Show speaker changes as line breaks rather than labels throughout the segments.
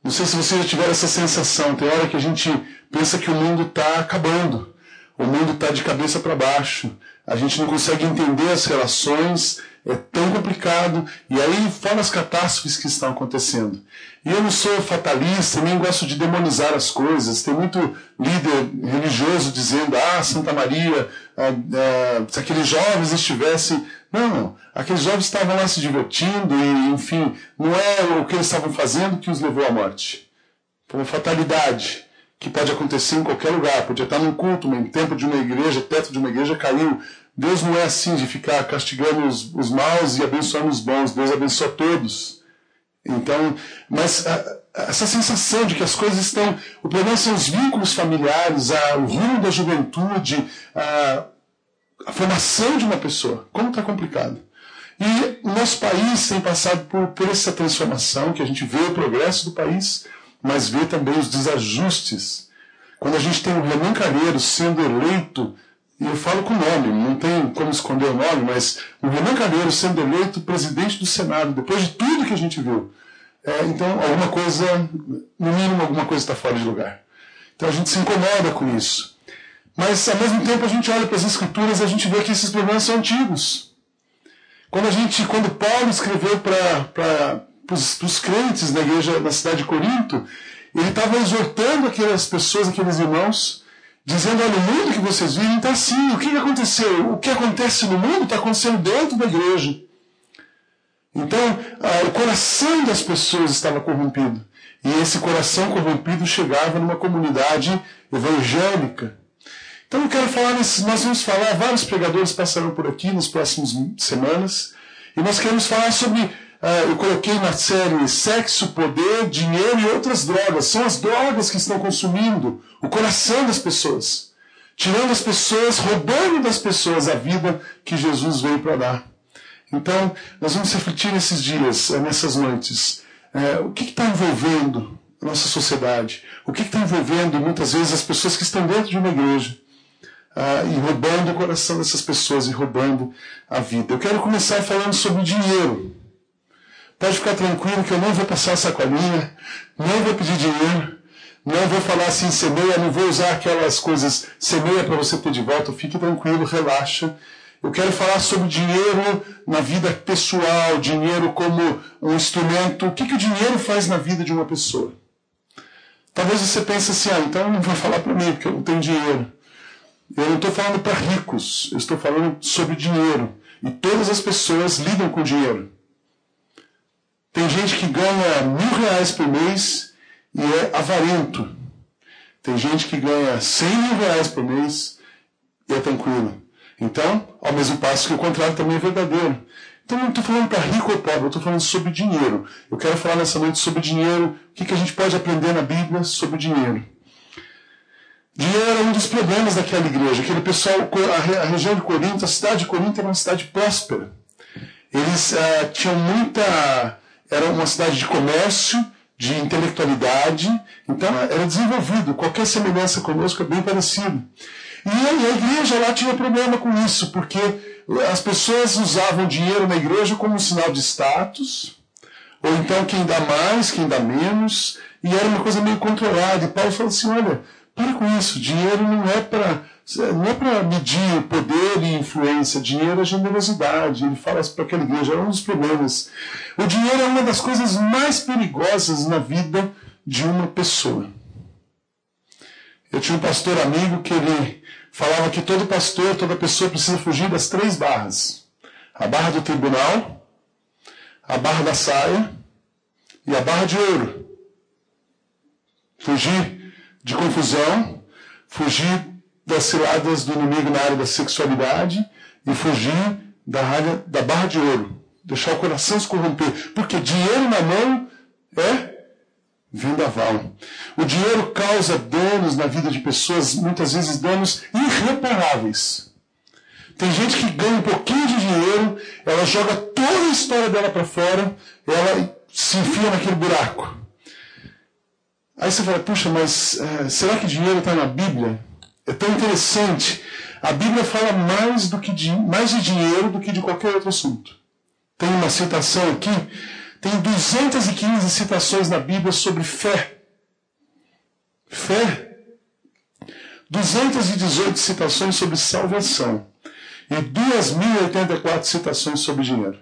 Não sei se vocês já tiveram essa sensação. Tem hora que a gente pensa que o mundo está acabando. O mundo está de cabeça para baixo. A gente não consegue entender as relações. É tão complicado. E aí, fora as catástrofes que estão acontecendo. E eu não sou fatalista, nem gosto de demonizar as coisas. Tem muito líder religioso dizendo, Santa Maria, se aqueles jovens estivessem... Não, aqueles jovens estavam lá se divertindo e, enfim, não é o que eles estavam fazendo que os levou à morte. Foi uma fatalidade que pode acontecer em qualquer lugar. Podia estar num culto, em templo de uma igreja, teto de uma igreja caiu. Deus não é assim de ficar castigando os maus e abençoando os bons. Deus abençoa todos. Então, mas essa sensação de que as coisas estão... O problema são os vínculos familiares, o rumo da juventude, a formação de uma pessoa. Como está complicado. E o nosso país tem passado por essa transformação, que a gente vê o progresso do país, mas vê também os desajustes. Quando a gente tem o Renan Calheiros sendo eleito, e eu falo com o nome, não tem como esconder o nome, mas o Renan Calheiros sendo eleito presidente do Senado, depois de tudo que a gente viu. Então, alguma coisa, no mínimo, alguma coisa está fora de lugar. Então a gente se incomoda com isso. Mas, ao mesmo tempo, a gente olha para as Escrituras e a gente vê que esses problemas são antigos. Quando Paulo escreveu para os crentes na igreja na cidade de Corinto, ele estava exortando aquelas pessoas, aqueles irmãos, dizendo, olha, o mundo que vocês vivem está assim. O que aconteceu? O que acontece no mundo está acontecendo dentro da igreja. Então, o coração das pessoas estava corrompido. E esse coração corrompido chegava numa comunidade evangélica. Então eu quero falar, nós vamos falar, vários pregadores passarão por aqui nas próximas semanas, e nós queremos falar sobre, eu coloquei na série Sexo, Poder, Dinheiro e Outras Drogas. São as drogas que estão consumindo o coração das pessoas, tirando as pessoas, roubando das pessoas a vida que Jesus veio para dar. Então, nós vamos refletir nesses dias, nessas noites, o que está envolvendo a nossa sociedade, o que está envolvendo muitas vezes as pessoas que estão dentro de uma igreja, e roubando o coração dessas pessoas e roubando a vida. Eu quero começar falando sobre dinheiro. Pode ficar tranquilo que eu não vou passar a sacolinha, não vou pedir dinheiro, não vou falar assim, semeia, não vou usar aquelas coisas, semeia para você ter de volta, fique tranquilo, relaxa. Eu quero falar sobre dinheiro na vida pessoal, dinheiro como um instrumento. O que o dinheiro faz na vida de uma pessoa? Talvez você pense assim, então não vai falar para mim, porque eu não tenho dinheiro. Eu não estou falando para ricos, eu estou falando sobre dinheiro. E todas as pessoas lidam com dinheiro. Tem gente que ganha R$1.000 por mês e é avarento. Tem gente que ganha R$100.000 por mês e é tranquilo. Então, ao mesmo passo que o contrário também é verdadeiro. Então, eu não estou falando para rico ou pobre, eu estou falando sobre dinheiro. Eu quero falar nessa noite sobre dinheiro, o que a gente pode aprender na Bíblia sobre dinheiro. Dinheiro era um dos problemas daquela igreja. Aquele pessoal, a região de Corinto, a cidade de Corinto era uma cidade próspera. Eles tinham era uma cidade de comércio, de intelectualidade, então era desenvolvido. Qualquer semelhança conosco é bem parecido. E a igreja lá tinha problema com isso, porque as pessoas usavam dinheiro na igreja como um sinal de status, ou então quem dá mais, quem dá menos, e era uma coisa meio controlada. E Paulo falou assim, olha, para com isso, dinheiro não é para medir poder e influência, dinheiro é generosidade. Ele fala isso para aquela igreja, é um dos problemas. O dinheiro é uma das coisas mais perigosas na vida de uma pessoa. Eu tinha um pastor amigo que ele falava que todo pastor, toda pessoa precisa fugir das 3 barras. A barra do tribunal, a barra da saia e a barra de ouro. Fugir de confusão, fugir das ciladas do inimigo na área da sexualidade e fugir da barra de ouro. Deixar o coração se corromper. Porque dinheiro na mão é vendaval. O dinheiro causa danos na vida de pessoas, muitas vezes danos irreparáveis. Tem gente que ganha um pouquinho de dinheiro, ela joga toda a história dela para fora, ela se enfia naquele buraco. Aí você fala, puxa, mas será que dinheiro está na Bíblia? É tão interessante. A Bíblia fala mais de dinheiro do que de qualquer outro assunto. Tem uma citação aqui, Tem 215 citações na Bíblia sobre fé. Fé. 218 citações sobre salvação. E 2.084 citações sobre dinheiro.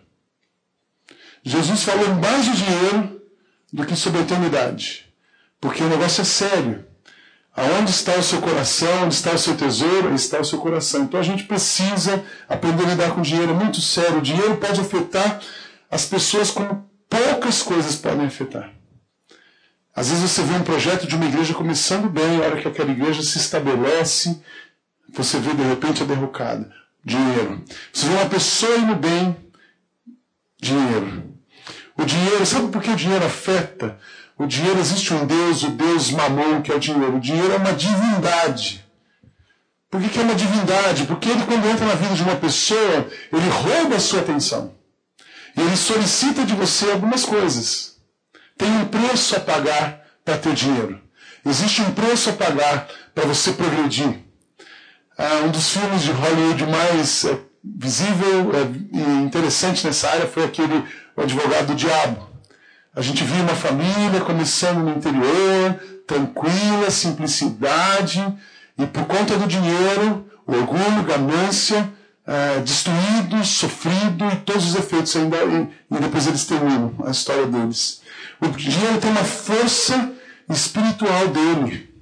Jesus falou mais de dinheiro do que sobre a eternidade. Porque o negócio é sério. Aonde está o seu coração, onde está o seu tesouro, onde está o seu coração. Então a gente precisa aprender a lidar com dinheiro. É muito sério. O dinheiro pode afetar as pessoas como poucas coisas podem afetar. Às vezes você vê um projeto de uma igreja começando bem, a hora que aquela igreja se estabelece, você vê de repente a derrocada. Dinheiro. Você vê uma pessoa indo bem, dinheiro. O dinheiro, sabe por que o dinheiro afeta? O dinheiro, existe um Deus, o Deus Mamon, que é o dinheiro. O dinheiro é uma divindade. Por que é uma divindade? Porque ele, quando entra na vida de uma pessoa, ele rouba a sua atenção. E ele solicita de você algumas coisas. Tem um preço a pagar para ter dinheiro. Existe um preço a pagar para você progredir. Um dos filmes de Hollywood mais visível e interessante nessa área foi aquele O Advogado do Diabo. A gente viu uma família começando no interior, tranquila, simplicidade, e por conta do dinheiro, o orgulho, ganância, destruído, sofrido, e todos os efeitos ainda, e depois eles terminam a história deles. O dinheiro tem uma força espiritual dele,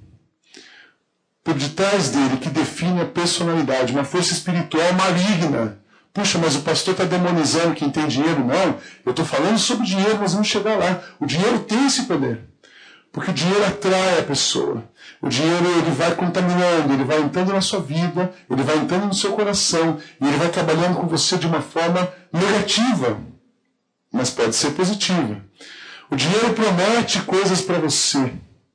por detrás dele, que define a personalidade, uma força espiritual maligna. Puxa, mas o pastor está demonizando quem tem dinheiro. Não, eu estou falando sobre dinheiro, nós vamos chegar lá. O dinheiro tem esse poder, porque o dinheiro atrai a pessoa. O dinheiro, ele vai contaminando, ele vai entrando na sua vida, ele vai entrando no seu coração, e ele vai trabalhando com você de uma forma negativa, mas pode ser positiva. O dinheiro promete coisas para você.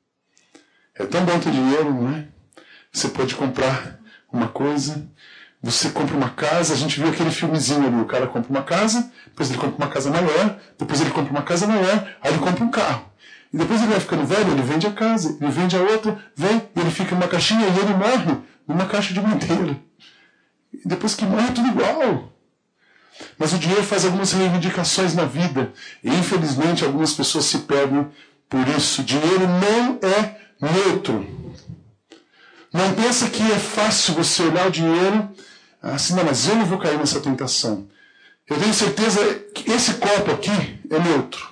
É tão bom ter dinheiro, não é? Você pode comprar uma coisa, você compra uma casa, a gente viu aquele filmezinho ali, o cara compra uma casa, depois ele compra uma casa maior, depois ele compra uma casa maior, aí ele compra um carro. E depois ele vai ficando velho, ele vende a casa, ele vende a outra, vem, e ele fica numa caixinha e ele morre numa caixa de madeira. E depois que morre é tudo igual. Mas o dinheiro faz algumas reivindicações na vida, e infelizmente algumas pessoas se perdem por isso. Dinheiro não é neutro. Não pensa que é fácil você olhar o dinheiro assim, não, mas eu não vou cair nessa tentação. Eu tenho certeza que esse copo aqui é neutro.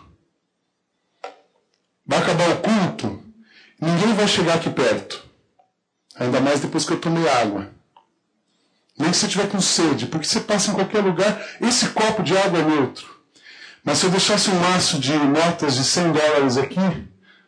Vai acabar o culto, ninguém vai chegar aqui perto. Ainda mais depois que eu tomei água. Nem que você estiver com sede, porque você passa em qualquer lugar, esse copo de água é neutro. Mas se eu deixasse um maço de notas de $100 aqui,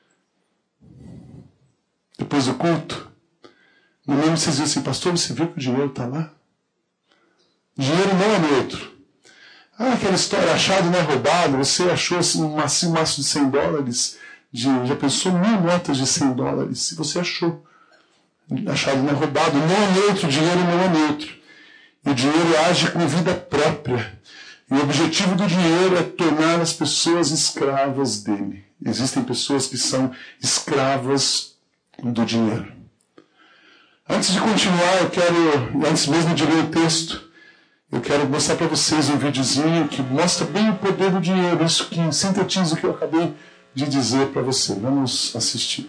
depois do culto, no mínimo vocês dizem assim, pastor, você viu que o dinheiro está lá? Dinheiro não é neutro. Aquela história, achado não é roubado, você achou assim, um maço de $100, já pensou 1.000 notas de $100, se você achou. Achado não é roubado, não é neutro, o dinheiro não é neutro. E o dinheiro age com vida própria. E o objetivo do dinheiro é tornar as pessoas escravas dele. Existem pessoas que são escravas do dinheiro. Antes de continuar, antes mesmo de ler o texto, eu quero mostrar para vocês um videozinho que mostra bem o poder do dinheiro, isso que sintetiza o que eu acabei de dizer para você. Vamos assistir.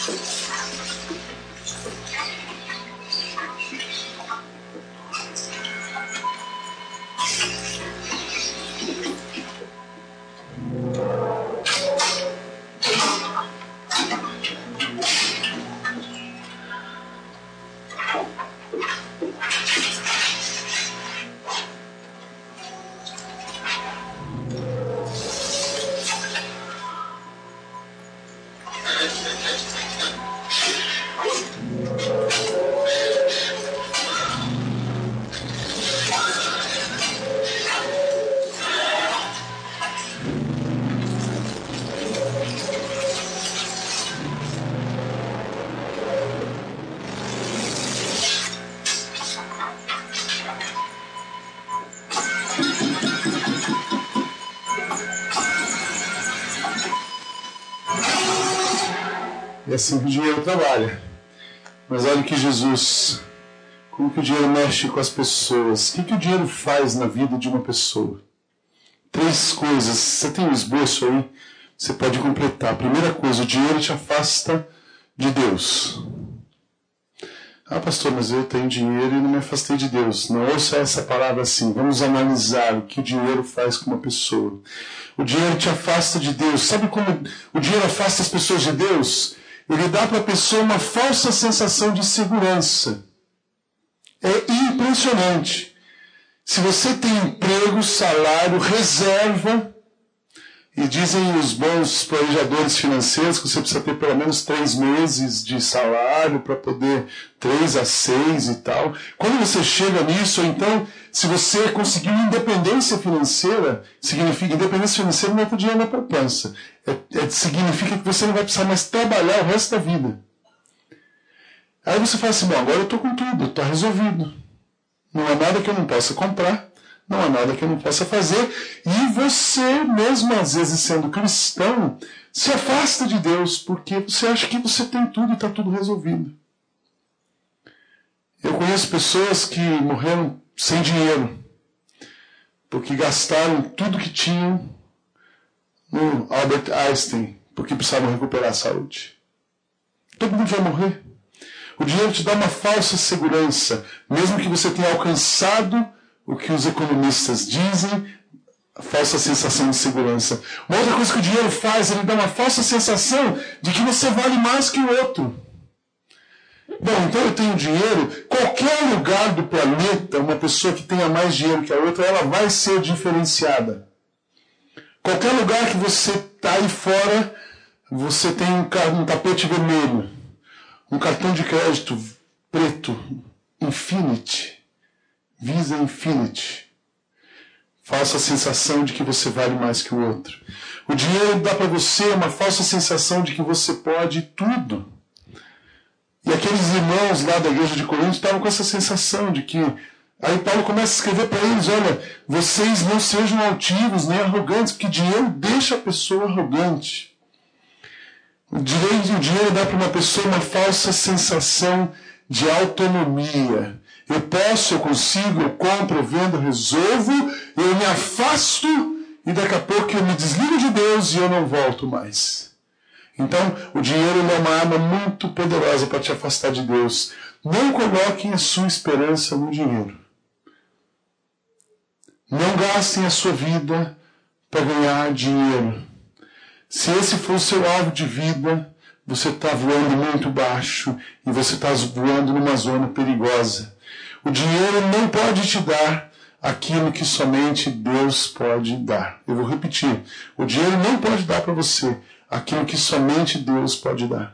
E assim que o dinheiro trabalha. Mas olha que Jesus, como que o dinheiro mexe com as pessoas. O que o dinheiro faz na vida de uma pessoa? 3 coisas. Você tem um esboço aí? Você pode completar. A primeira coisa, o dinheiro te afasta de Deus. Ah, pastor, mas eu tenho dinheiro e não me afastei de Deus. Não ouça essa palavra assim. Vamos analisar o que o dinheiro faz com uma pessoa. O dinheiro te afasta de Deus. Sabe como o dinheiro afasta as pessoas de Deus? Ele dá para a pessoa uma falsa sensação de segurança. É impressionante. Se você tem emprego, salário, reserva, e dizem os bons planejadores financeiros que você precisa ter pelo menos 3 meses de salário para poder 3 a 6 e tal. Quando você chega nisso, ou então, se você conseguir independência financeira, significa independência financeira não é ter dinheiro na poupança. Significa que você não vai precisar mais trabalhar o resto da vida. Aí você fala assim, bom, agora eu estou com tudo, está resolvido. Não há nada que eu não possa comprar. Não há nada que eu não possa fazer. E você, mesmo às vezes sendo cristão, se afasta de Deus, porque você acha que você tem tudo e está tudo resolvido. Eu conheço pessoas que morreram sem dinheiro, porque gastaram tudo que tinham no Albert Einstein, porque precisavam recuperar a saúde. Todo mundo vai morrer. O dinheiro te dá uma falsa segurança, mesmo que você tenha alcançado o que os economistas dizem, a falsa sensação de segurança. Uma outra coisa que o dinheiro faz, ele dá uma falsa sensação de que você vale mais que o outro. Bom, então eu tenho dinheiro, qualquer lugar do planeta, uma pessoa que tenha mais dinheiro que a outra, ela vai ser diferenciada. Qualquer lugar que você está aí fora, você tem um tapete vermelho, um cartão de crédito preto, Infinity, Visa Infinity. Falsa sensação de que você vale mais que o outro. O dinheiro dá para você uma falsa sensação de que você pode tudo. E aqueles irmãos lá da igreja de Corinto estavam com essa sensação de que... Aí Paulo começa a escrever para eles, olha, vocês não sejam altivos nem arrogantes, porque dinheiro deixa a pessoa arrogante. O dinheiro dá para uma pessoa uma falsa sensação de autonomia. Eu posso, eu consigo, eu compro, eu vendo, eu resolvo, eu me afasto e daqui a pouco eu me desligo de Deus e eu não volto mais. Então, o dinheiro é uma arma muito poderosa para te afastar de Deus. Não coloquem a sua esperança no dinheiro. Não gastem a sua vida para ganhar dinheiro. Se esse for o seu alvo de vida, você está voando muito baixo e você está voando numa zona perigosa. O dinheiro não pode te dar aquilo que somente Deus pode dar. Eu vou repetir. O dinheiro não pode dar para você aquilo que somente Deus pode dar.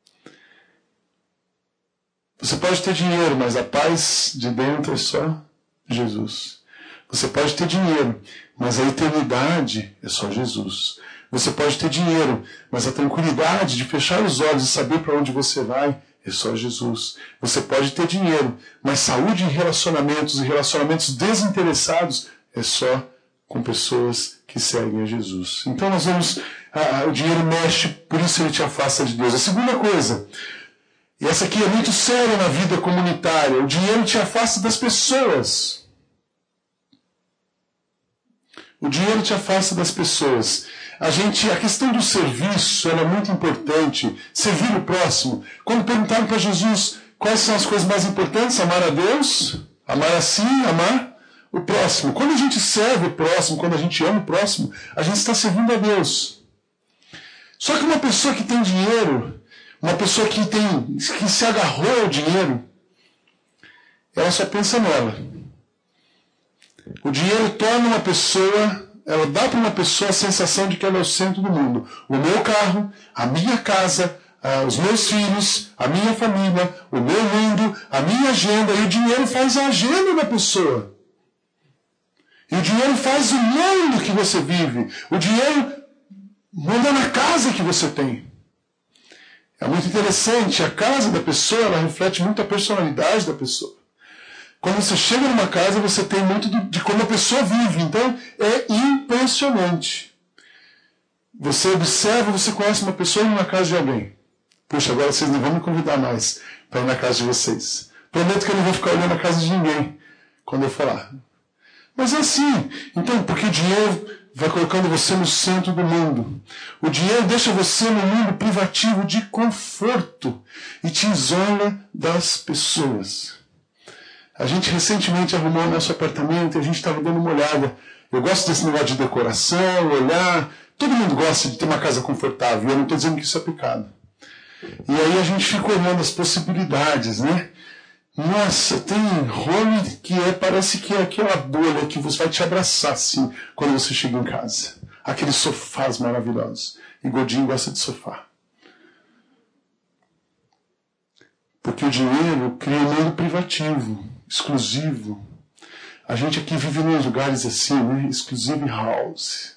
Você pode ter dinheiro, mas a paz de dentro é só Jesus. Você pode ter dinheiro, mas a eternidade é só Jesus. Você pode ter dinheiro, mas a tranquilidade de fechar os olhos e saber para onde você vai é só Jesus. Você pode ter dinheiro, mas saúde e relacionamentos desinteressados é só com pessoas que seguem a Jesus. Então nós vamos... o dinheiro mexe, por isso ele te afasta de Deus. A segunda coisa, e essa aqui é muito séria na vida comunitária, o dinheiro te afasta das pessoas. O dinheiro te afasta das pessoas. A questão do serviço ela é muito importante. Servir o próximo. Quando perguntaram para Jesus quais são as coisas mais importantes, amar a Deus, amar a si, amar o próximo. Quando a gente serve o próximo, quando a gente ama o próximo, a gente está servindo a Deus. Só que uma pessoa que tem dinheiro, uma pessoa que se agarrou ao dinheiro, ela só pensa nela. O dinheiro torna uma pessoa, ela dá para uma pessoa a sensação de que ela é o centro do mundo. O meu carro, a minha casa, os meus filhos, a minha família, o meu mundo, a minha agenda. E o dinheiro faz a agenda da pessoa. E o dinheiro faz o mundo que você vive. O dinheiro manda na casa que você tem. É muito interessante. A casa da pessoa, ela reflete muito a personalidade da pessoa. Quando você chega numa casa, você tem muito de como a pessoa vive. Então, é impressionante. Você observa, você conhece uma pessoa numa casa de alguém. Puxa, agora vocês não vão me convidar mais para ir na casa de vocês. Prometo que eu não vou ficar olhando a casa de ninguém quando eu falar. Mas é assim. Então, porque o dinheiro vai colocando você no centro do mundo. O dinheiro deixa você no mundo privativo de conforto e te isola das pessoas. A gente recentemente arrumou o nosso apartamento e a gente estava dando uma olhada. Eu gosto desse negócio de decoração, olhar. Todo mundo gosta de ter uma casa confortável. Eu não estou dizendo que isso é pecado. E aí a gente fica olhando as possibilidades, né? Nossa, tem home que parece que é aquela bolha que você vai te abraçar assim quando você chega em casa. Aqueles sofás maravilhosos. E Godinho gosta de sofá. Porque o dinheiro cria um mundo privativo, exclusivo. A gente aqui vive em lugares assim, né? Exclusive house.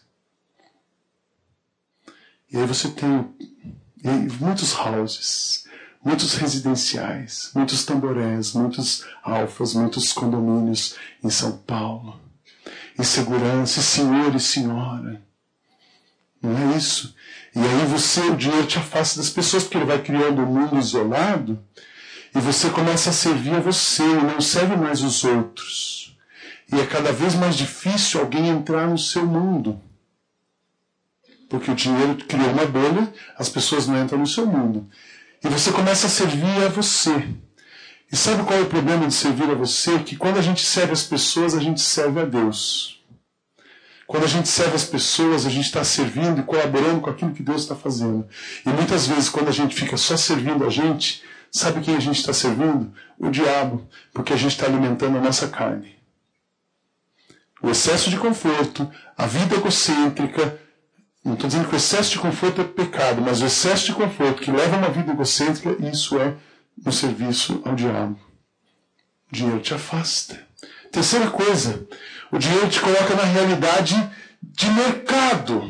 E aí você tem muitos houses, muitos residenciais, muitos tamborés, muitos alfas, muitos condomínios em São Paulo. E segurança, senhor e senhora. Não é isso? E aí o dinheiro te afasta das pessoas, porque ele vai criando um mundo isolado. E você começa a servir a você e não serve mais os outros. E é cada vez mais difícil alguém entrar no seu mundo. Porque o dinheiro criou uma bolha, as pessoas não entram no seu mundo. E você começa a servir a você. E sabe qual é o problema de servir a você? Que quando a gente serve as pessoas, a gente serve a Deus. Quando a gente serve as pessoas, a gente está servindo e colaborando com aquilo que Deus está fazendo. E muitas vezes, quando a gente fica só servindo a gente, sabe quem a gente está servindo? O diabo, porque a gente está alimentando a nossa carne. O excesso de conforto, a vida egocêntrica, não estou dizendo que o excesso de conforto é pecado, mas o excesso de conforto que leva a uma vida egocêntrica, isso é um serviço ao diabo. O dinheiro te afasta. Terceira coisa, o dinheiro te coloca na realidade de mercado.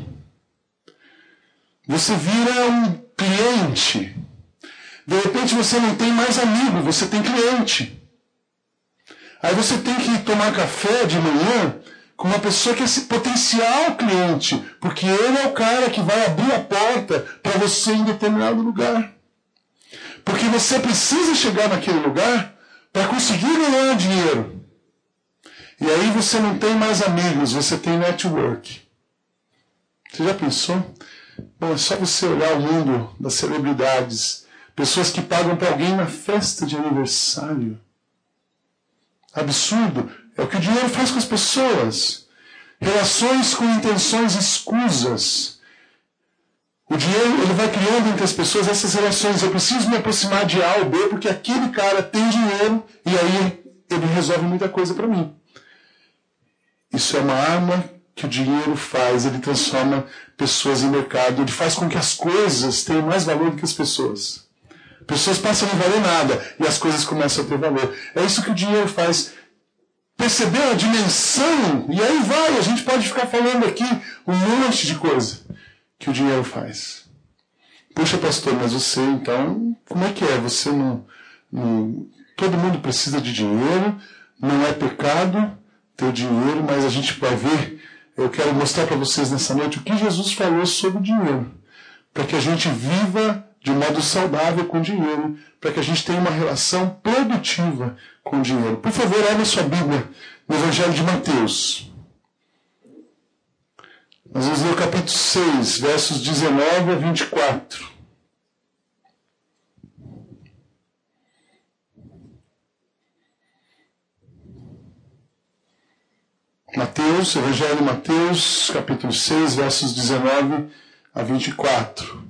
Você vira um cliente. De repente você não tem mais amigo, você tem cliente. Aí você tem que tomar café de manhã com uma pessoa que é esse potencial cliente, porque ele é o cara que vai abrir a porta para você em determinado lugar. Porque você precisa chegar naquele lugar para conseguir ganhar dinheiro. E aí você não tem mais amigos, você tem network. Você já pensou? Bom, é só você olhar o mundo das celebridades. Pessoas que pagam para alguém na festa de aniversário. Absurdo. É o que o dinheiro faz com as pessoas. Relações com intenções escusas. O dinheiro ele vai criando entre as pessoas essas relações. Eu preciso me aproximar de A ou B porque aquele cara tem dinheiro e aí ele resolve muita coisa para mim. Isso é uma arma que o dinheiro faz. Ele transforma pessoas em mercado. Ele faz com que as coisas tenham mais valor do que as pessoas. Pessoas passam a não valer nada e as coisas começam a ter valor. É isso que o dinheiro faz. Percebeu a dimensão? E aí vai, a gente pode ficar falando aqui um monte de coisa que o dinheiro faz. Puxa, pastor, mas você, então, como é que é? Você não todo mundo precisa de dinheiro, não é pecado ter dinheiro, mas a gente vai ver, eu quero mostrar para vocês nessa noite o que Jesus falou sobre o dinheiro, para que a gente viva de modo saudável com o dinheiro, para que a gente tenha uma relação produtiva com o dinheiro. Por favor, abra sua Bíblia no Evangelho de Mateus. Nós vamos ler o capítulo 6, versos 19 a 24. Mateus, Evangelho de Mateus, capítulo 6, versos 19 a 24.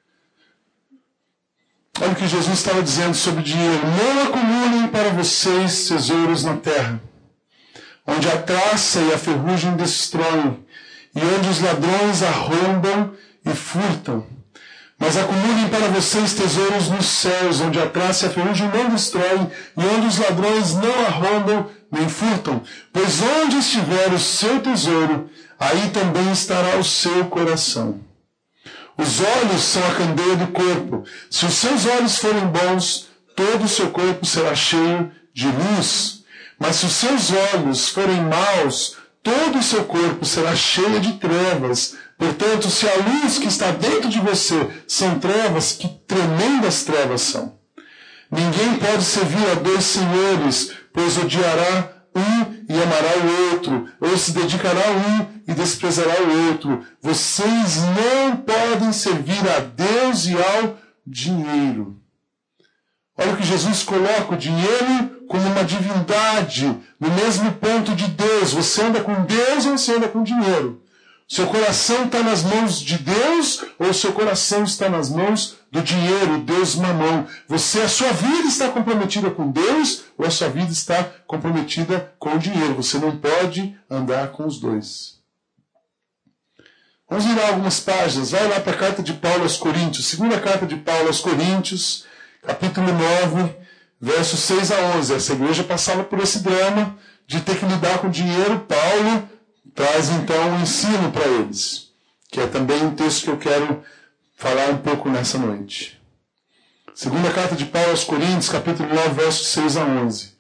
Olha o que Jesus estava dizendo sobre dinheiro. Não acumulem para vocês tesouros na terra, onde a traça e a ferrugem destroem, e onde os ladrões arrombam e furtam. Mas acumulem para vocês tesouros nos céus, onde a traça e a ferrugem não destroem, e onde os ladrões não arrombam nem furtam. Pois onde estiver o seu tesouro, aí também estará o seu coração. Os olhos são a candeia do corpo. Se os seus olhos forem bons, todo o seu corpo será cheio de luz. Mas se os seus olhos forem maus, todo o seu corpo será cheio de trevas. Portanto, se a luz que está dentro de você são trevas, que tremendas trevas são. Ninguém pode servir a dois senhores, pois odiará um e amará o outro, ou se dedicará a um e desprezará o outro. Vocês não podem servir a Deus e ao dinheiro. Olha o que Jesus coloca: o dinheiro como uma divindade, no mesmo ponto de Deus. Você anda com Deus ou você anda com dinheiro? Seu coração está nas mãos de Deus ou seu coração está nas mãos do dinheiro, Deus mamão? A sua vida está comprometida com Deus ou a sua vida está comprometida com o dinheiro? Você não pode andar com os dois. Vamos virar algumas páginas. Vai lá para a carta de Paulo aos Coríntios, segunda carta de Paulo aos Coríntios, capítulo 9, versos 6 a 11. Essa igreja passava por esse drama de ter que lidar com dinheiro. Paulo traz então um ensino para eles, que é também um texto que eu quero falar um pouco nessa noite. Segunda carta de Paulo aos Coríntios, capítulo 9, versos 6 a 11.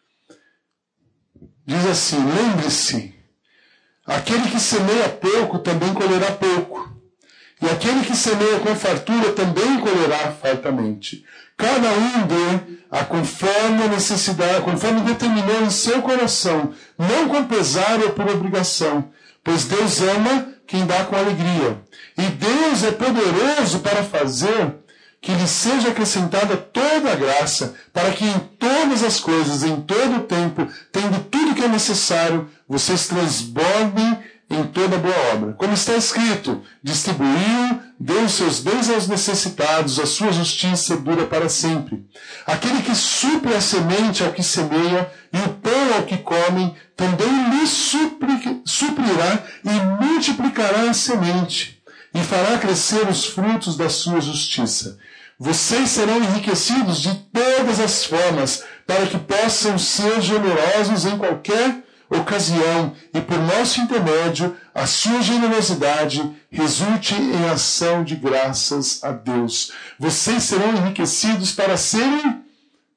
Diz assim: lembre-se, aquele que semeia pouco também colherá pouco, e aquele que semeia com fartura também colherá fartamente. Cada um dê conforme a necessidade, conforme determinou em seu coração, não com pesar ou por obrigação, pois Deus ama quem dá com alegria. E Deus é poderoso para fazer que lhe seja acrescentada toda a graça, para que em todas as coisas, em todo o tempo, tendo tudo que é necessário, vocês transbordem em toda boa obra. Como está escrito: distribuiu, deu seus bens aos necessitados, a sua justiça dura para sempre. Aquele que supre a semente ao que semeia e o pão ao que comem, também lhe suprirá e multiplicará a semente, e fará crescer os frutos da sua justiça. Vocês serão enriquecidos de todas as formas, para que possam ser generosos em qualquer ocasião, e por nosso intermédio, a sua generosidade resulte em ação de graças a Deus. Vocês serão enriquecidos para serem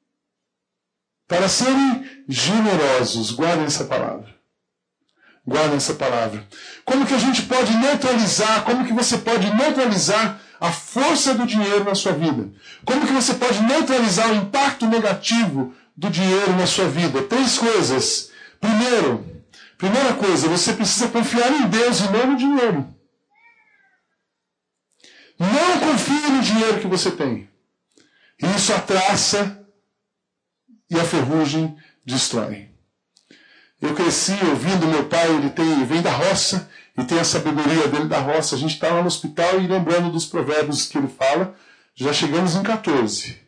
generosos. Guardem essa palavra. Guardem essa palavra. Como que a gente pode neutralizar, como que você pode neutralizar a força do dinheiro na sua vida? Como que você pode neutralizar o impacto negativo do dinheiro na sua vida? 3 coisas. Primeira coisa, você precisa confiar em Deus e não no dinheiro. Não confie no dinheiro que você tem. Isso a traça e a ferrugem destrói. Eu cresci ouvindo meu pai, ele vem da roça e tem a sabedoria dele da roça. A gente está lá no hospital e lembrando dos provérbios que ele fala. Já chegamos em 14.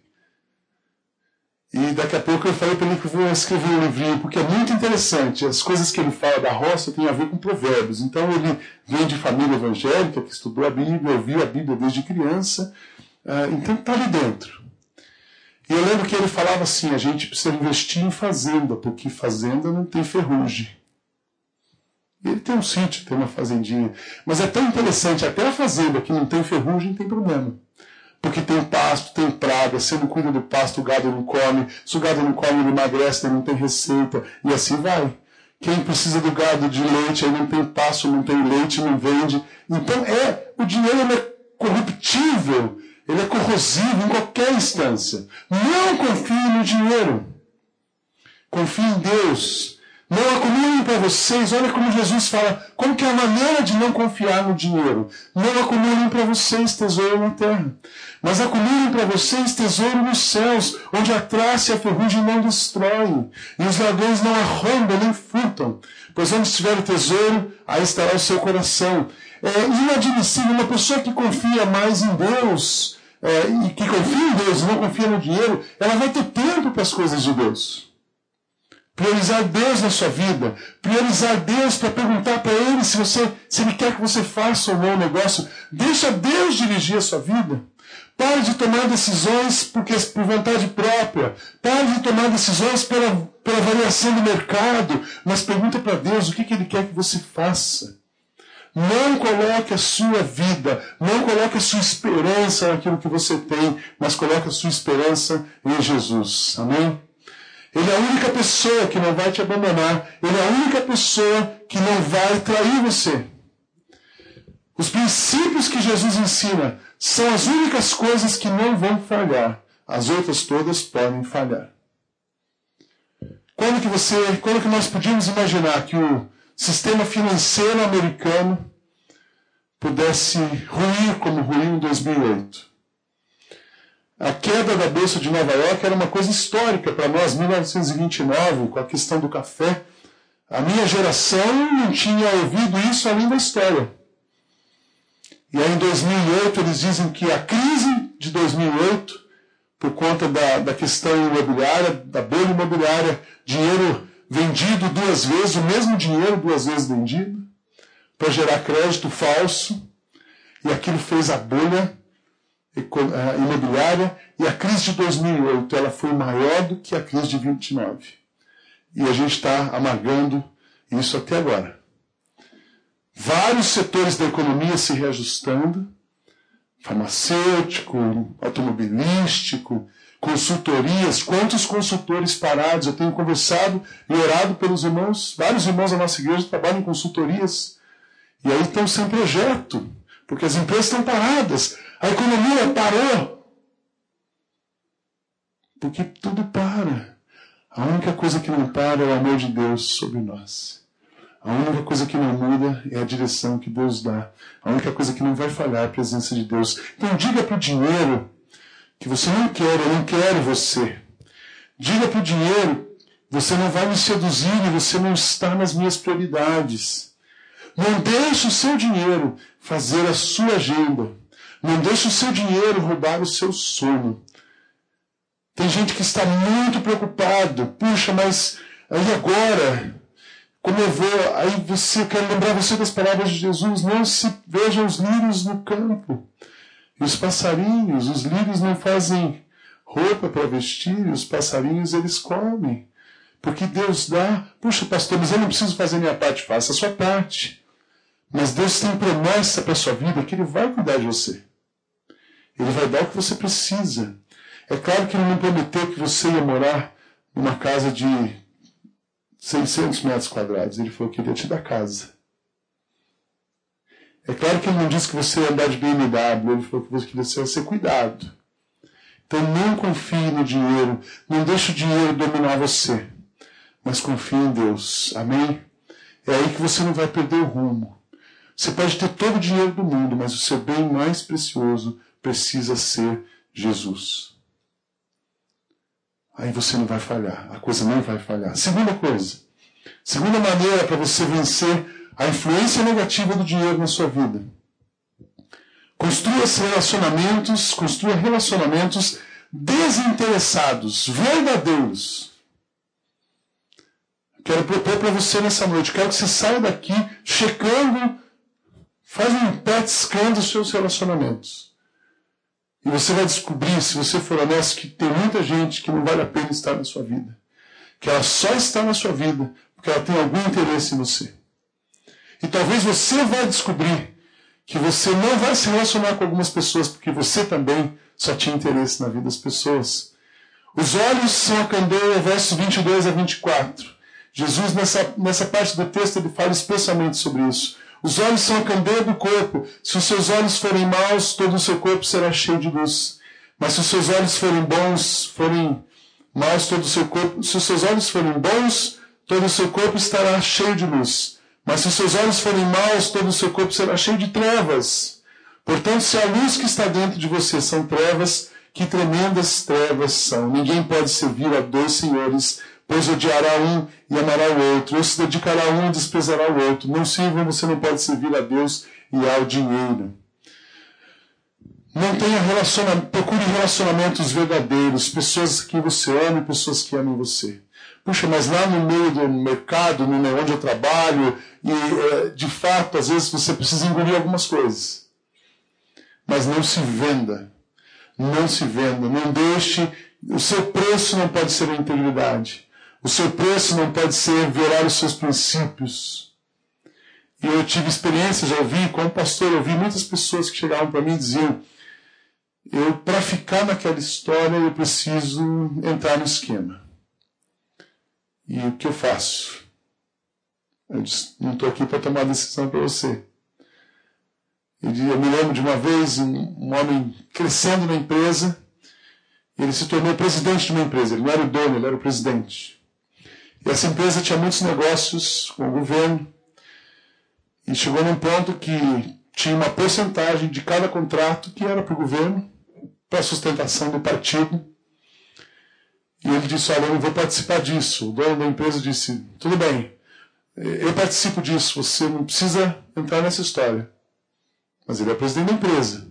E daqui a pouco eu falei para ele que eu vou escrever um livrinho, porque é muito interessante. As coisas que ele fala da roça têm a ver com provérbios. Então ele vem de família evangélica, que estudou a Bíblia, ouviu a Bíblia desde criança. Então está ali dentro. E eu lembro que ele falava assim: a gente precisa investir em fazenda, porque fazenda não tem ferrugem. Ele tem um sítio, tem uma fazendinha. Mas é tão interessante, até a fazenda que não tem ferrugem tem problema. Porque tem pasto, tem praga, você não cuida do pasto, o gado não come. Se o gado não come, ele emagrece, ele não tem receita. E assim vai. Quem precisa do gado de leite, aí não tem pasto, não tem leite, não vende. Então o dinheiro é corruptível, ele é corrosivo em qualquer instância. Não confie no dinheiro. Confie em Deus. Não acumulem para vocês, olha como Jesus fala, como que é a maneira de não confiar no dinheiro. Não acumulem para vocês tesouro na terra, mas acumulem para vocês tesouro nos céus, onde a traça e a ferrugem não destroem, e os ladrões não arrombam nem furtam. Pois onde estiver o tesouro, aí estará o seu coração. É inadmissível uma pessoa que confia mais em Deus, e que confia em Deus e não confia no dinheiro, ela vai ter tempo para as coisas de Deus. Priorizar Deus na sua vida, priorizar Deus para perguntar para Ele se Ele quer que você faça ou não o negócio. Deixa Deus dirigir a sua vida. Pare de tomar decisões por vontade própria. Pare de tomar decisões pela avaliação do mercado, mas pergunta para Deus o que Ele quer que você faça. Não coloque a sua vida, não coloque a sua esperança naquilo que você tem, mas coloque a sua esperança em Jesus. Amém? Ele é a única pessoa que não vai te abandonar. Ele é a única pessoa que não vai trair você. Os princípios que Jesus ensina são as únicas coisas que não vão falhar. As outras todas podem falhar. Quando que nós podíamos imaginar que o sistema financeiro americano pudesse ruir como ruiu em 2008? A queda da Bolsa de Nova York era uma coisa histórica para nós, 1929, com a questão do café. A minha geração não tinha ouvido isso além da história. E aí em 2008 eles dizem que a crise de 2008, por conta da questão imobiliária, da bolha imobiliária, dinheiro vendido duas vezes, o mesmo dinheiro duas vezes vendido, para gerar crédito falso, e aquilo fez a bolha imobiliária, e a crise de 2008 ela foi maior do que a crise de 29. E a gente está amargando isso até agora. Vários setores da economia se reajustando, farmacêutico, automobilístico, consultorias. Quantos consultores parados? Eu tenho conversado e orado pelos irmãos, vários irmãos da nossa igreja trabalham em consultorias, e aí estão sem projeto, porque as empresas estão paradas. A economia parou. Porque tudo para. A única coisa que não para é o amor de Deus sobre nós. A única coisa que não muda é a direção que Deus dá. A única coisa que não vai falhar é a presença de Deus. Então diga para o dinheiro que você não quer, eu não quero você. Diga para o dinheiro, você não vai me seduzir e você não está nas minhas prioridades. Não deixe o seu dinheiro fazer a sua agenda. Não deixe o seu dinheiro roubar o seu sono. Tem gente que está muito preocupado. Puxa, mas aí agora, como eu vou? Aí eu quero lembrar você das palavras de Jesus. Não se vejam os lírios no campo. E os passarinhos, os lírios não fazem roupa para vestir, e os passarinhos eles comem. Porque Deus dá. Puxa, pastor, mas eu não preciso fazer minha parte. Faça a sua parte. Mas Deus tem promessa para a sua vida que Ele vai cuidar de você. Ele vai dar o que você precisa. É claro que Ele não prometeu que você ia morar numa casa de 600 metros quadrados. Ele falou que Ele ia te dar casa. É claro que Ele não disse que você ia andar de BMW. Ele falou que você ia ser cuidado. Então não confie no dinheiro. Não deixe o dinheiro dominar você. Mas confie em Deus. Amém? É aí que você não vai perder o rumo. Você pode ter todo o dinheiro do mundo, mas o seu bem mais precioso precisa ser Jesus. Aí você não vai falhar, a coisa não vai falhar. Segunda maneira para você vencer a influência negativa do dinheiro na sua vida. Construa relacionamentos desinteressados, verdadeiros. Quero propor para você nessa noite, quero que você saia daqui checando, faz um PET scan dos seus relacionamentos. E você vai descobrir, se você for honesto, que tem muita gente que não vale a pena estar na sua vida. Que ela só está na sua vida porque ela tem algum interesse em você. E talvez você vai descobrir que você não vai se relacionar com algumas pessoas porque você também só tinha interesse na vida das pessoas. Os olhos são a candeia, versos 22 a 24. Jesus, nessa parte do texto, ele fala especialmente sobre isso. Os olhos são a candeia do corpo. Se os seus olhos forem maus, todo o seu corpo será cheio de luz. Mas se os seus olhos forem maus, todo o seu corpo... Se os seus olhos forem bons, todo o seu corpo estará cheio de luz. Mas se os seus olhos forem maus, todo o seu corpo será cheio de trevas. Portanto, se a luz que está dentro de você são trevas, que tremendas trevas são. Ninguém pode servir a dois senhores, pois odiará um e amará o outro, ou se dedicará a um e desprezará o outro. Não sirvam, você não pode servir a Deus e ao dinheiro. Não tenha procure relacionamentos verdadeiros, pessoas que você ama e pessoas que amam você. Puxa, mas lá no meio do mercado, onde eu trabalho, e de fato, às vezes você precisa engolir algumas coisas. Mas não se venda. Não se venda. Não deixe. O seu preço não pode ser a integridade. O seu preço não pode ser violar os seus princípios. E eu tive experiências, já ouvi, como pastor, eu ouvi muitas pessoas que chegavam para mim e diziam: para ficar naquela história, eu preciso entrar no esquema. E o que eu faço? Eu disse: não estou aqui para tomar decisão para você. Eu me lembro de uma vez, um homem crescendo na empresa, ele se tornou presidente de uma empresa. Ele não era o dono, ele era o presidente. E essa empresa tinha muitos negócios com o governo, e chegou num ponto que tinha uma porcentagem de cada contrato que era para o governo, para a sustentação do partido. E ele disse: olha, eu não vou participar disso. O dono da empresa disse: tudo bem, eu participo disso, você não precisa entrar nessa história. Mas ele é presidente da empresa.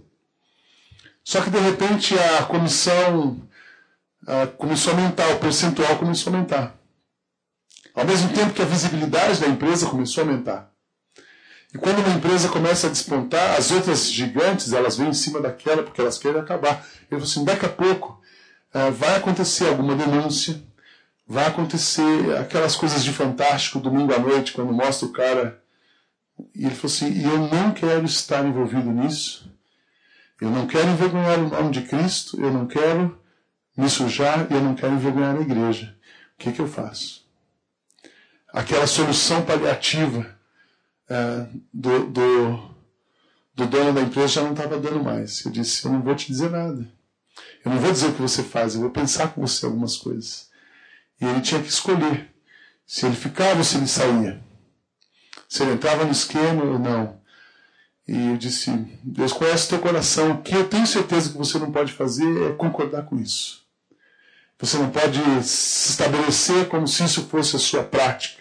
Só que de repente a comissão começou a aumentar, o percentual começou a aumentar. Ao mesmo tempo que a visibilidade da empresa começou a aumentar. E quando uma empresa começa a despontar, as outras gigantes, elas vêm em cima daquela porque elas querem acabar. Ele falou assim: daqui a pouco vai acontecer alguma denúncia, vai acontecer aquelas coisas de Fantástico, domingo à noite, quando mostra o cara. E ele falou assim: e eu não quero estar envolvido nisso, eu não quero envergonhar o nome de Cristo, eu não quero me sujar e eu não quero envergonhar a igreja. O que eu faço? Aquela solução paliativa do dono da empresa já não estava dando mais. Eu disse: eu não vou te dizer nada. Eu não vou dizer o que você faz, eu vou pensar com você algumas coisas. E ele tinha que escolher se ele ficava ou se ele saía. Se ele entrava no esquema ou não. E eu disse: Deus conhece o teu coração. O que eu tenho certeza que você não pode fazer é concordar com isso. Você não pode se estabelecer como se isso fosse a sua prática.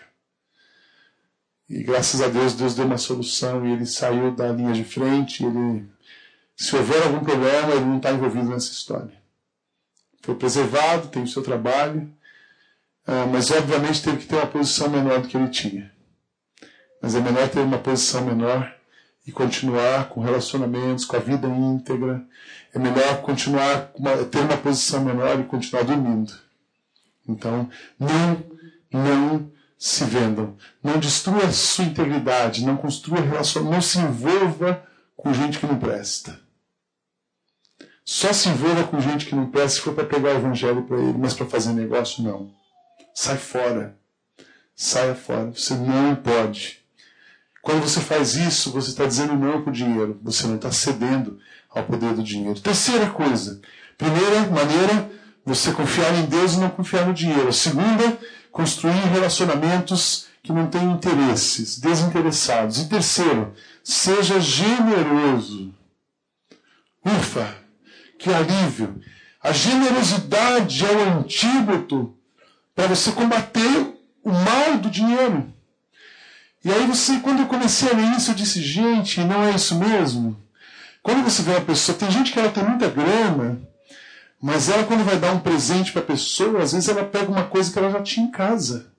E graças a Deus, Deus deu uma solução e ele saiu da linha de frente. Se houver algum problema, ele não está envolvido nessa história. Foi preservado, tem o seu trabalho, mas obviamente teve que ter uma posição menor do que ele tinha. Mas é melhor ter uma posição menor e continuar com relacionamentos, com a vida íntegra. É melhor ter uma posição menor e continuar dormindo. Então, não se vendam. Não destrua a sua integridade, não construa relacionamento, não se envolva com gente que não presta. Só se envolva com gente que não presta se for para pegar o evangelho para ele, mas para fazer negócio, não. Sai fora. Saia fora. Você não pode. Quando você faz isso, você está dizendo não para o dinheiro. Você não está cedendo ao poder do dinheiro. Terceira coisa. Primeira maneira, você confiar em Deus e não confiar no dinheiro. A segunda, construir relacionamentos que não têm interesses, desinteressados. E terceiro, seja generoso. Ufa, que alívio. A generosidade é o antídoto para você combater o mal do dinheiro. E aí quando eu comecei a ler isso, eu disse: gente, não é isso mesmo? Quando você vê uma pessoa, tem gente que ela tem muita grana, mas ela, quando vai dar um presente para a pessoa, às vezes ela pega uma coisa que ela já tinha em casa.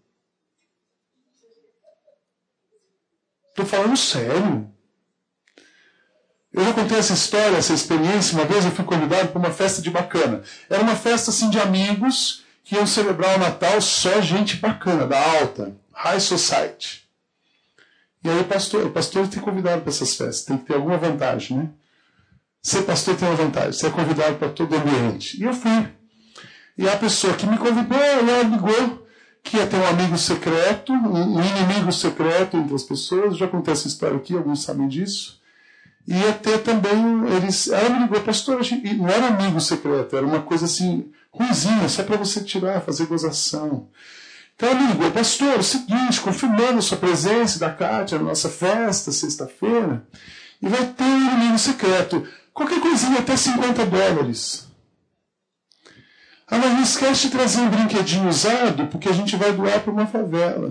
Estou falando sério. Eu já contei essa história, essa experiência. Uma vez eu fui convidado para uma festa de bacana. Era uma festa assim de amigos que iam celebrar o Natal, só gente bacana, da alta, high society. E aí o pastor tem convidado para essas festas, tem que ter alguma vantagem, né? Ser pastor tem uma vantagem, ser convidado para todo ambiente. E eu fui. E a pessoa que me convidou, ela ligou que ia ter um amigo secreto, um inimigo secreto entre as pessoas. Já contei essa história aqui, alguns sabem disso. E ia ter também, ela me ligou: pastor, e não era amigo secreto, era uma coisa assim, ruimzinha, só para você tirar, fazer gozação. Então ela me ligou, pastor, é o seguinte, confirmando a sua presença da Kátia na nossa festa, sexta-feira, e vai ter um inimigo secreto. Qualquer coisinha até $50. Ah, mas não esquece de trazer um brinquedinho usado, porque a gente vai doar para uma favela.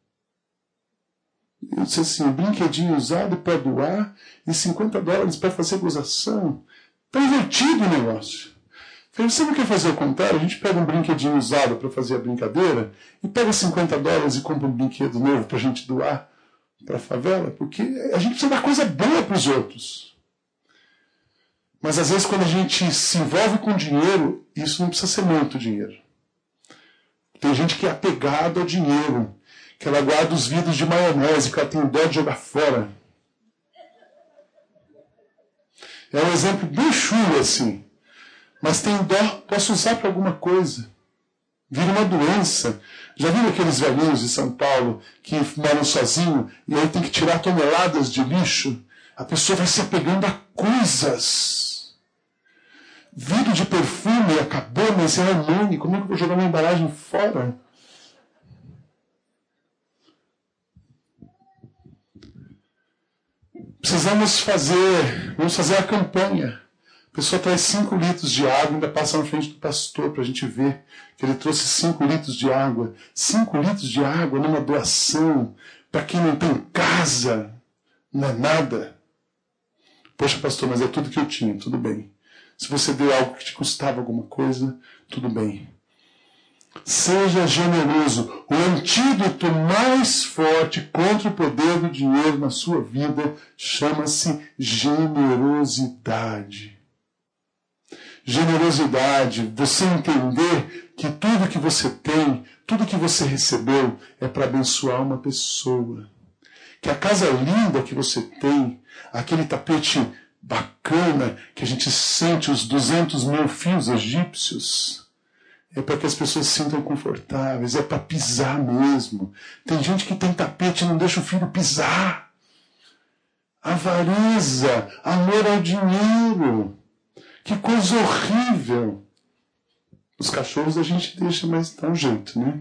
Eu disse assim, um brinquedinho usado para doar e $50 para fazer gozação. Está invertido o negócio. Eu falei, você não quer fazer o contrário? A gente pega um brinquedinho usado para fazer a brincadeira e pega $50 e compra um brinquedo novo para a gente doar para a favela, porque a gente precisa dar coisa boa para os outros. Mas às vezes quando a gente se envolve com dinheiro, isso não precisa ser muito dinheiro. Tem gente que é apegada ao dinheiro, que ela guarda os vidros de maionese, que ela tem dó de jogar fora. É um exemplo bem chulo assim. Mas tem dó, posso usar para alguma coisa. Vira uma doença. Já viram aqueles velhinhos de São Paulo que moram sozinhos e aí tem que tirar toneladas de lixo? A pessoa vai se apegando a coisas. Vidro de perfume acabou, mas é Armani. Como é que eu vou jogar minha embalagem fora? Vamos fazer a campanha. A pessoa traz 5 litros de água e ainda passa na frente do pastor para a gente ver que ele trouxe 5 litros de água. 5 litros de água numa doação para quem não tem casa. Não é nada. Poxa, pastor, mas é tudo que eu tinha. Tudo bem. Se você deu algo que te custava alguma coisa, tudo bem. Seja generoso. O antídoto mais forte contra o poder do dinheiro na sua vida chama-se generosidade. Generosidade, você entender que tudo que você tem, tudo que você recebeu é para abençoar uma pessoa. Que a casa linda que você tem, aquele tapete bacana que a gente sente os 200 mil fios egípcios, é para que as pessoas se sintam confortáveis, é para pisar mesmo. Tem gente que tem tapete e não deixa o filho pisar. Avareza, amor ao dinheiro. Que coisa horrível. Os cachorros a gente deixa, mas dá um jeito, né?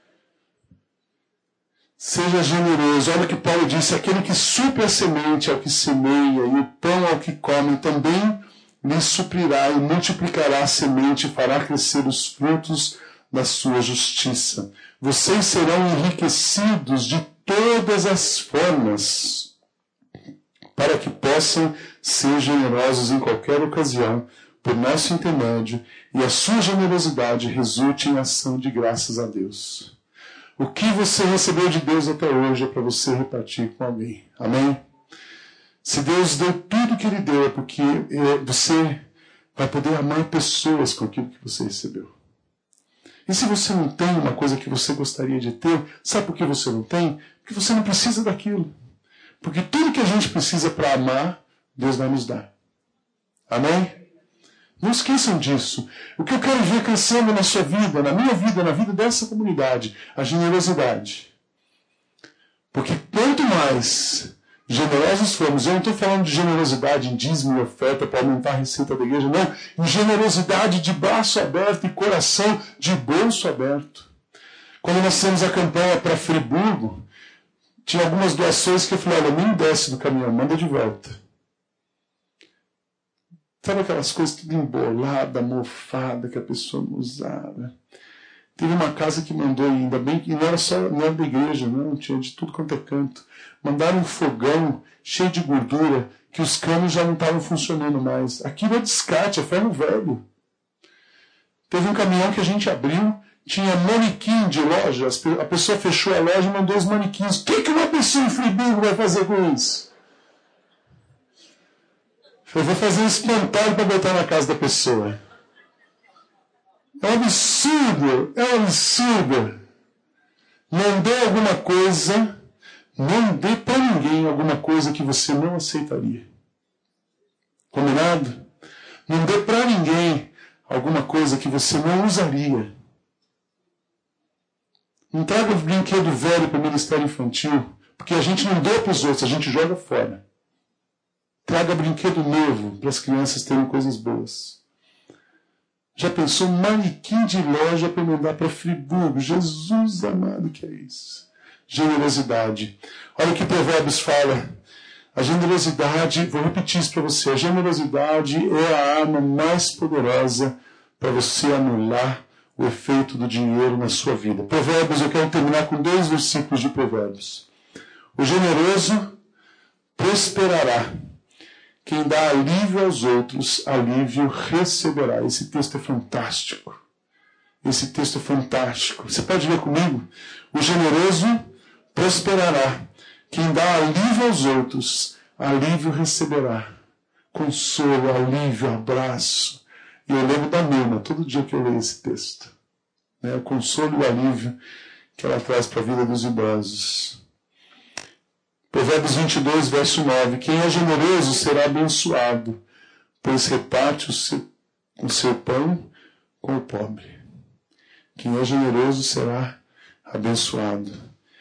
Seja generoso. Olha o que Paulo disse, aquele que supre a semente ao que semeia e o pão ao que come também lhe suprirá e multiplicará a semente e fará crescer os frutos da sua justiça. Vocês serão enriquecidos de todas as formas, para que possam ser generosos em qualquer ocasião, por nosso intermédio, e a sua generosidade resulte em ação de graças a Deus. O que você recebeu de Deus até hoje é para você repartir com alguém. Amém? Se Deus deu tudo que Ele deu, é porque você vai poder amar pessoas com aquilo que você recebeu. E se você não tem uma coisa que você gostaria de ter, sabe por que você não tem? Porque você não precisa daquilo. Porque tudo que a gente precisa para amar, Deus vai nos dar. Amém? Não esqueçam disso. O que eu quero ver crescendo na sua vida, na minha vida, na vida dessa comunidade, a generosidade. Porque quanto mais generosos formos, eu não estou falando de generosidade em dízimo e oferta para aumentar a receita da igreja, não. Em generosidade de braço aberto e coração de bolso aberto. Quando nós fizemos a campanha para Friburgo, tinha algumas doações que eu falei, olha, nem desce do caminhão, manda de volta. Sabe aquelas coisas tudo embolada, mofada, que a pessoa não usava. Teve uma casa que mandou, ainda bem que não era da igreja, não, tinha de tudo quanto é canto. Mandaram um fogão cheio de gordura, que os canos já não estavam funcionando mais. Aquilo é descarte, é ferro velho. Teve um caminhão que a gente abriu, tinha manequim de loja, a pessoa fechou a loja e mandou os manequins. O que uma pessoa em Friburgo vai fazer com isso? Eu vou fazer um espantalho para botar na casa da pessoa. É um absurdo, é um absurdo. Não dê alguma coisa, não dê para ninguém alguma coisa que você não aceitaria. Combinado? Não dê para ninguém alguma coisa que você não usaria. Não traga brinquedo velho para o ministério infantil, porque a gente não doa para os outros, a gente joga fora. Traga brinquedo novo para as crianças terem coisas boas. Já pensou um manequim de loja para mandar para Friburgo? Jesus amado, que é isso? Generosidade. Olha o que Provérbios fala. A generosidade, vou repetir isso para você, a generosidade é a arma mais poderosa para você anular o efeito do dinheiro na sua vida. Provérbios, eu quero terminar com 2 versículos de Provérbios. O generoso prosperará. Quem dá alívio aos outros, alívio receberá. Esse texto é fantástico. Esse texto é fantástico. Você pode ler comigo? O generoso prosperará. Quem dá alívio aos outros, alívio receberá. Consolo, alívio, abraço. E eu lembro da Nilma, todo dia que eu leio esse texto. O consolo e o alívio que ela traz para a vida dos idosos. Provérbios 22, verso 9. Quem é generoso será abençoado, pois reparte o seu pão com o pobre. Quem é generoso será abençoado.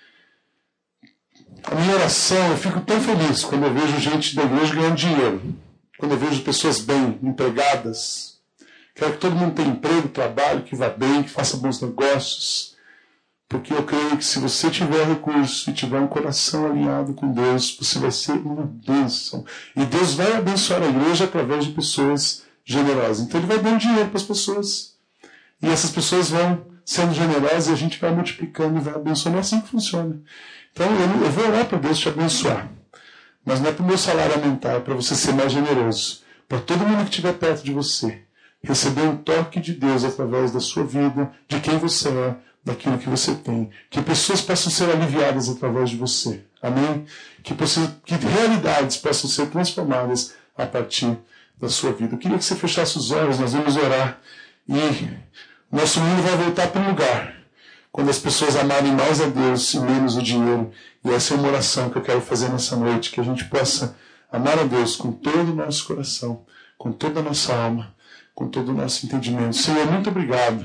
A minha oração, eu fico tão feliz quando eu vejo gente da igreja ganhando dinheiro. Quando eu vejo pessoas bem, empregadas. Quero que todo mundo tenha emprego, trabalho, que vá bem, que faça bons negócios. Porque eu creio que se você tiver recurso e tiver um coração alinhado com Deus, você vai ser uma bênção. E Deus vai abençoar a igreja através de pessoas generosas. Então Ele vai dando dinheiro para as pessoas. E essas pessoas vão sendo generosas e a gente vai multiplicando e vai abençoando. É assim que funciona. Então eu vou orar para Deus te abençoar. Mas não é para o meu salário aumentar, é para você ser mais generoso. Para todo mundo que estiver perto de você. Receber um toque de Deus através da sua vida, de quem você é, daquilo que você tem. Que pessoas possam ser aliviadas através de você. Amém? Que realidades possam ser transformadas a partir da sua vida. Eu queria que você fechasse os olhos, nós vamos orar. E nosso mundo vai voltar para um lugar quando as pessoas amarem mais a Deus e menos o dinheiro. E essa é uma oração que eu quero fazer nessa noite, que a gente possa amar a Deus com todo o nosso coração, com toda a nossa alma, com todo o nosso entendimento. Senhor, muito obrigado,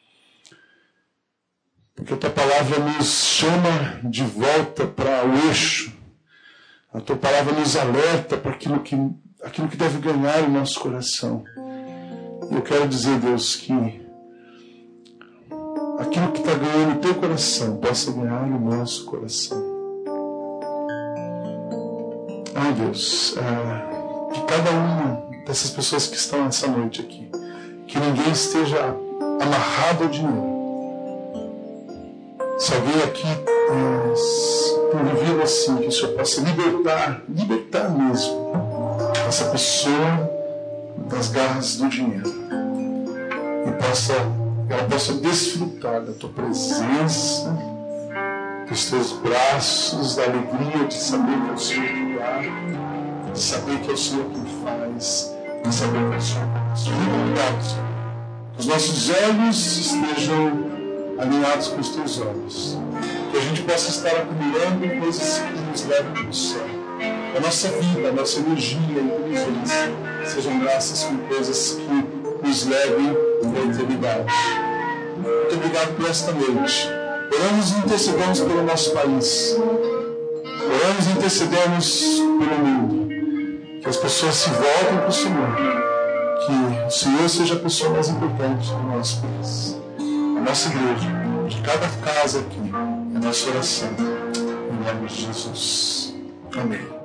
porque a Tua Palavra nos chama de volta para o eixo. A Tua Palavra nos alerta para aquilo que deve ganhar o nosso coração. E eu quero dizer, Deus, que aquilo que está ganhando o Teu coração possa ganhar o nosso coração. Ai, Deus, que cada uma dessas pessoas que estão essa noite aqui, que ninguém esteja amarrado ao dinheiro. Se alguém aqui tem vivido assim, que o Senhor possa libertar mesmo essa pessoa das garras do dinheiro e ela possa desfrutar da Tua presença, dos Teus braços, da alegria de saber que é o Senhor que dá, de saber que é o Senhor que faz, de saber que é o Senhor que faz. Obrigado, Senhor. Que os nossos olhos estejam alinhados com os Teus olhos. Que a gente possa estar acumulando coisas que nos levam para o céu. A nossa vida, a nossa energia e inteligência sejam graças com coisas que nos levem para a eternidade. Muito obrigado por esta noite. Oramos e intercedemos pelo nosso país. Oramos e intercedemos pelo mundo. Que as pessoas se voltem para o Senhor. Que o Senhor seja a pessoa mais importante do nosso país. A nossa igreja, de cada casa aqui, é a nossa oração. Em nome de Jesus. Amém.